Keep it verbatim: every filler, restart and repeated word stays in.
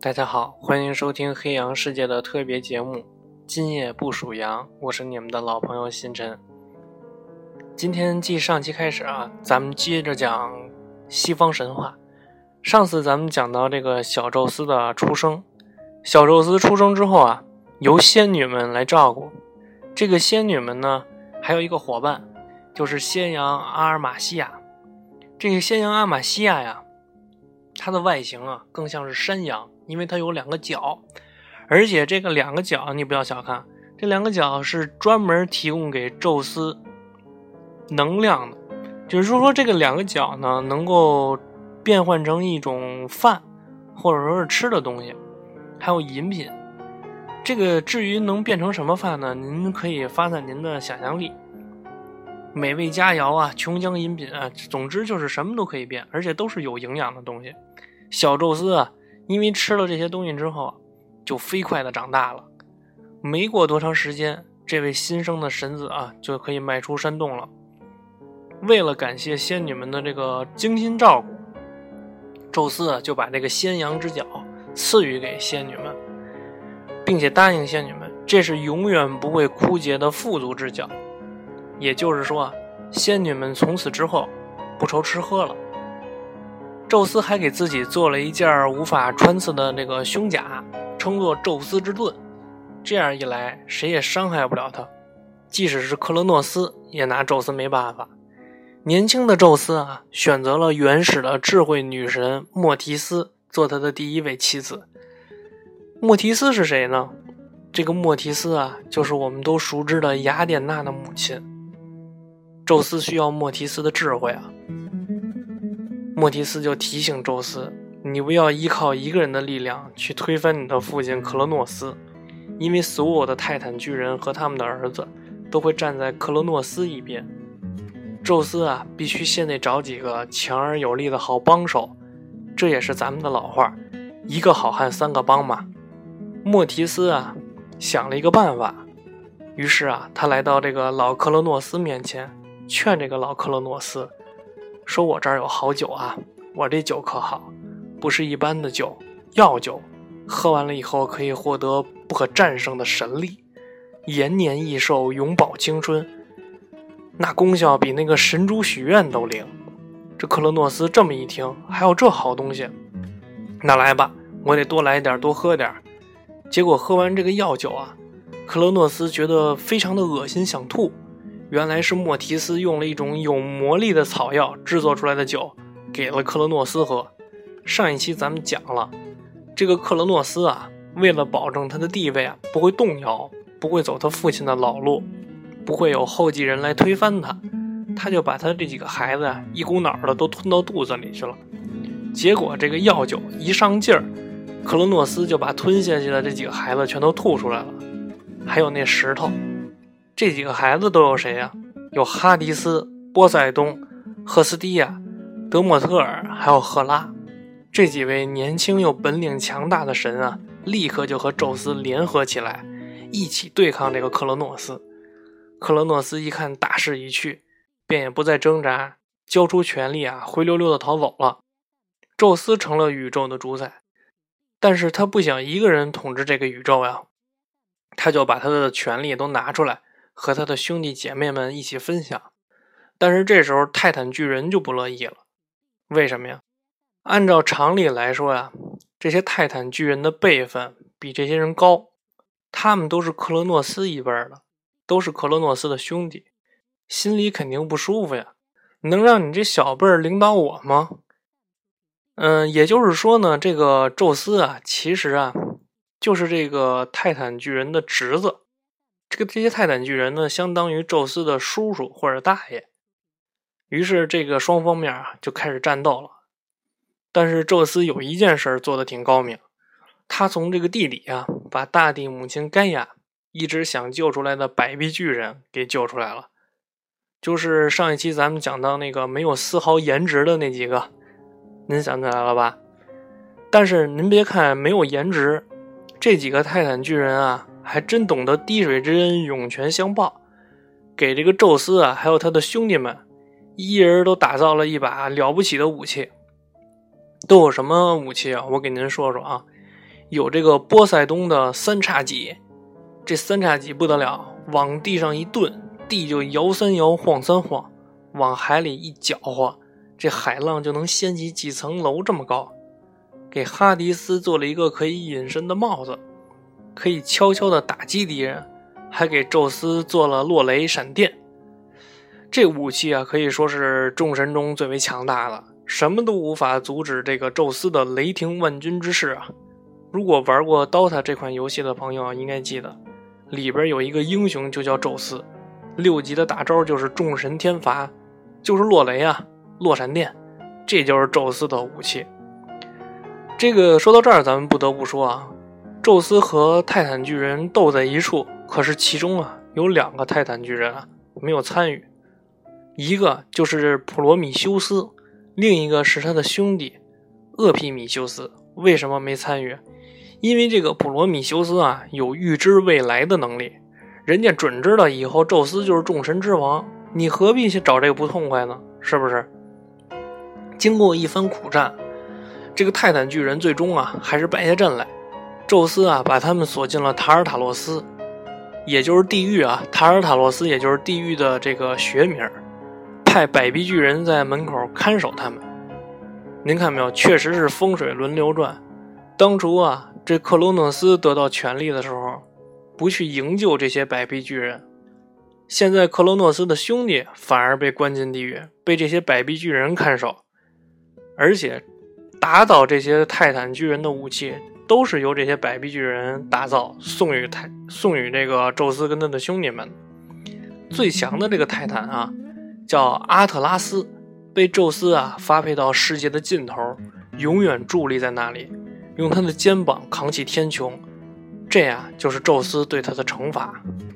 大家好，欢迎收听黑羊世界的特别节目今夜不属羊，我是你们的老朋友星辰。今天继上期开始啊，咱们接着讲西方神话。上次咱们讲到这个小宙斯的出生，小宙斯出生之后啊，由仙女们来照顾。这个仙女们呢，还有一个伙伴，就是仙羊阿尔玛西亚。这个仙羊阿尔玛西亚呀，它的外形啊更像是山羊，因为它有两个角，而且这个两个角你不要小看，这两个角是专门提供给宙斯能量的，就是说这个两个角呢能够变换成一种饭或者说是吃的东西，还有饮品。这个至于能变成什么饭呢，您可以发散您的想象力，美味佳肴啊，琼浆饮品啊，总之就是什么都可以变，而且都是有营养的东西。小宙斯啊，因为吃了这些东西之后就飞快的长大了，没过多长时间，这位新生的神子啊就可以迈出山洞了。为了感谢仙女们的这个精心照顾，宙斯啊就把这个仙羊之角赐予给仙女们，并且答应仙女们，这是永远不会枯竭的富足之角。也就是说，仙女们从此之后不愁吃喝了。宙斯还给自己做了一件无法穿刺的那个胸甲，称作宙斯之盾，这样一来谁也伤害不了他，即使是克罗诺斯也拿宙斯没办法。年轻的宙斯啊，选择了原始的智慧女神莫提斯做他的第一位妻子。莫提斯是谁呢？这个莫提斯啊，就是我们都熟知的雅典娜的母亲。宙斯需要莫提斯的智慧啊，莫提斯就提醒宙斯，你不要依靠一个人的力量去推翻你的父亲克罗诺斯，因为所有的泰坦巨人和他们的儿子都会站在克罗诺斯一边。宙斯啊，必须先得找几个强而有力的好帮手，这也是咱们的老话，一个好汉三个帮嘛。莫提斯啊想了一个办法，于是啊他来到这个老克罗诺斯面前，劝这个老克罗诺斯说，我这儿有好酒啊，我这酒可好，不是一般的酒，药酒，喝完了以后可以获得不可战胜的神力，延年益寿，永葆青春，那功效比那个神猪许愿都灵。这克罗诺斯这么一听，还有这好东西，那来吧，我得多来点，多喝点。结果喝完这个药酒啊，克罗诺斯觉得非常的恶心，想吐。原来是莫提斯用了一种有魔力的草药制作出来的酒，给了克罗诺斯喝。上一期咱们讲了，这个克罗诺斯啊，为了保证他的地位啊不会动摇，不会走他父亲的老路，不会有后继人来推翻他，他就把他这几个孩子啊一股脑的都吞到肚子里去了。结果这个药酒一上劲儿，克罗诺斯就把吞下去的这几个孩子全都吐出来了，还有那石头。这几个孩子都有谁呀、啊？有哈迪斯、波塞冬、赫斯蒂亚、德莫特尔，还有赫拉。这几位年轻又本领强大的神啊，立刻就和宙斯联合起来，一起对抗这个克罗诺斯。克罗诺斯一看大势已去，便也不再挣扎，交出权力啊，灰溜溜的逃走了。宙斯成了宇宙的主宰，但是他不想一个人统治这个宇宙呀，他就把他的权力都拿出来，和他的兄弟姐妹们一起分享。但是这时候泰坦巨人就不乐意了，为什么呀？按照常理来说呀，这些泰坦巨人的辈分比这些人高，他们都是克罗诺斯一辈的，都是克罗诺斯的兄弟，心里肯定不舒服呀，能让你这小辈领导我吗？嗯，也就是说呢，这个宙斯啊，其实啊就是这个泰坦巨人的侄子。这个这些泰坦巨人呢，相当于宙斯的叔叔或者大爷。于是这个双方面啊就开始战斗了。但是宙斯有一件事做得挺高明，他从这个地底啊把大地母亲盖亚一直想救出来的百臂巨人给救出来了。就是上一期咱们讲到那个没有丝毫颜值的那几个，您想起来了吧？但是您别看没有颜值，这几个泰坦巨人啊还真懂得滴水之恩涌泉相报，给这个宙斯啊还有他的兄弟们一人都打造了一把了不起的武器。都有什么武器啊？我给您说说啊。 有这个波塞冬的三叉戟，这三叉戟不得了，往地上一顿，地就摇三摇晃三晃，往海里一搅和，这海浪就能掀起几层楼这么高。给哈迪斯做了一个可以隐身的帽子，可以悄悄地打击敌人，还给宙斯做了落雷闪电。这武器啊，可以说是众神中最为强大的，什么都无法阻止这个宙斯的雷霆万钧之势啊！如果玩过 D O T A 这款游戏的朋友啊，应该记得里边有一个英雄就叫宙斯，六级的大招就是众神天罚，就是落雷啊，落闪电，这就是宙斯的武器。这个说到这儿，咱们不得不说啊，宙斯和泰坦巨人斗在一处，可是其中啊有两个泰坦巨人啊没有参与，一个就是普罗米修斯，另一个是他的兄弟厄庇米修斯。为什么没参与？因为这个普罗米修斯啊有预知未来的能力，人家准知道以后宙斯就是众神之王，你何必去找这个不痛快呢？是不是？经过一番苦战，这个泰坦巨人最终啊还是败下阵来，宙斯啊把他们锁进了塔尔塔洛斯，也就是地狱啊，塔尔塔洛斯也就是地狱的这个学名，派百臂巨人在门口看守他们。您看没有，确实是风水轮流转。当初啊这克罗诺斯得到权力的时候，不去营救这些百臂巨人，现在克罗诺斯的兄弟反而被关进地狱，被这些百臂巨人看守，而且打倒这些泰坦巨人的武器都是由这些百臂巨人打造，送予泰送予这个宙斯跟他的兄弟们。最强的这个泰坦啊叫阿特拉斯，被宙斯啊发配到世界的尽头，永远伫立在那里，用他的肩膀扛起天穹，这样就是宙斯对他的惩罚。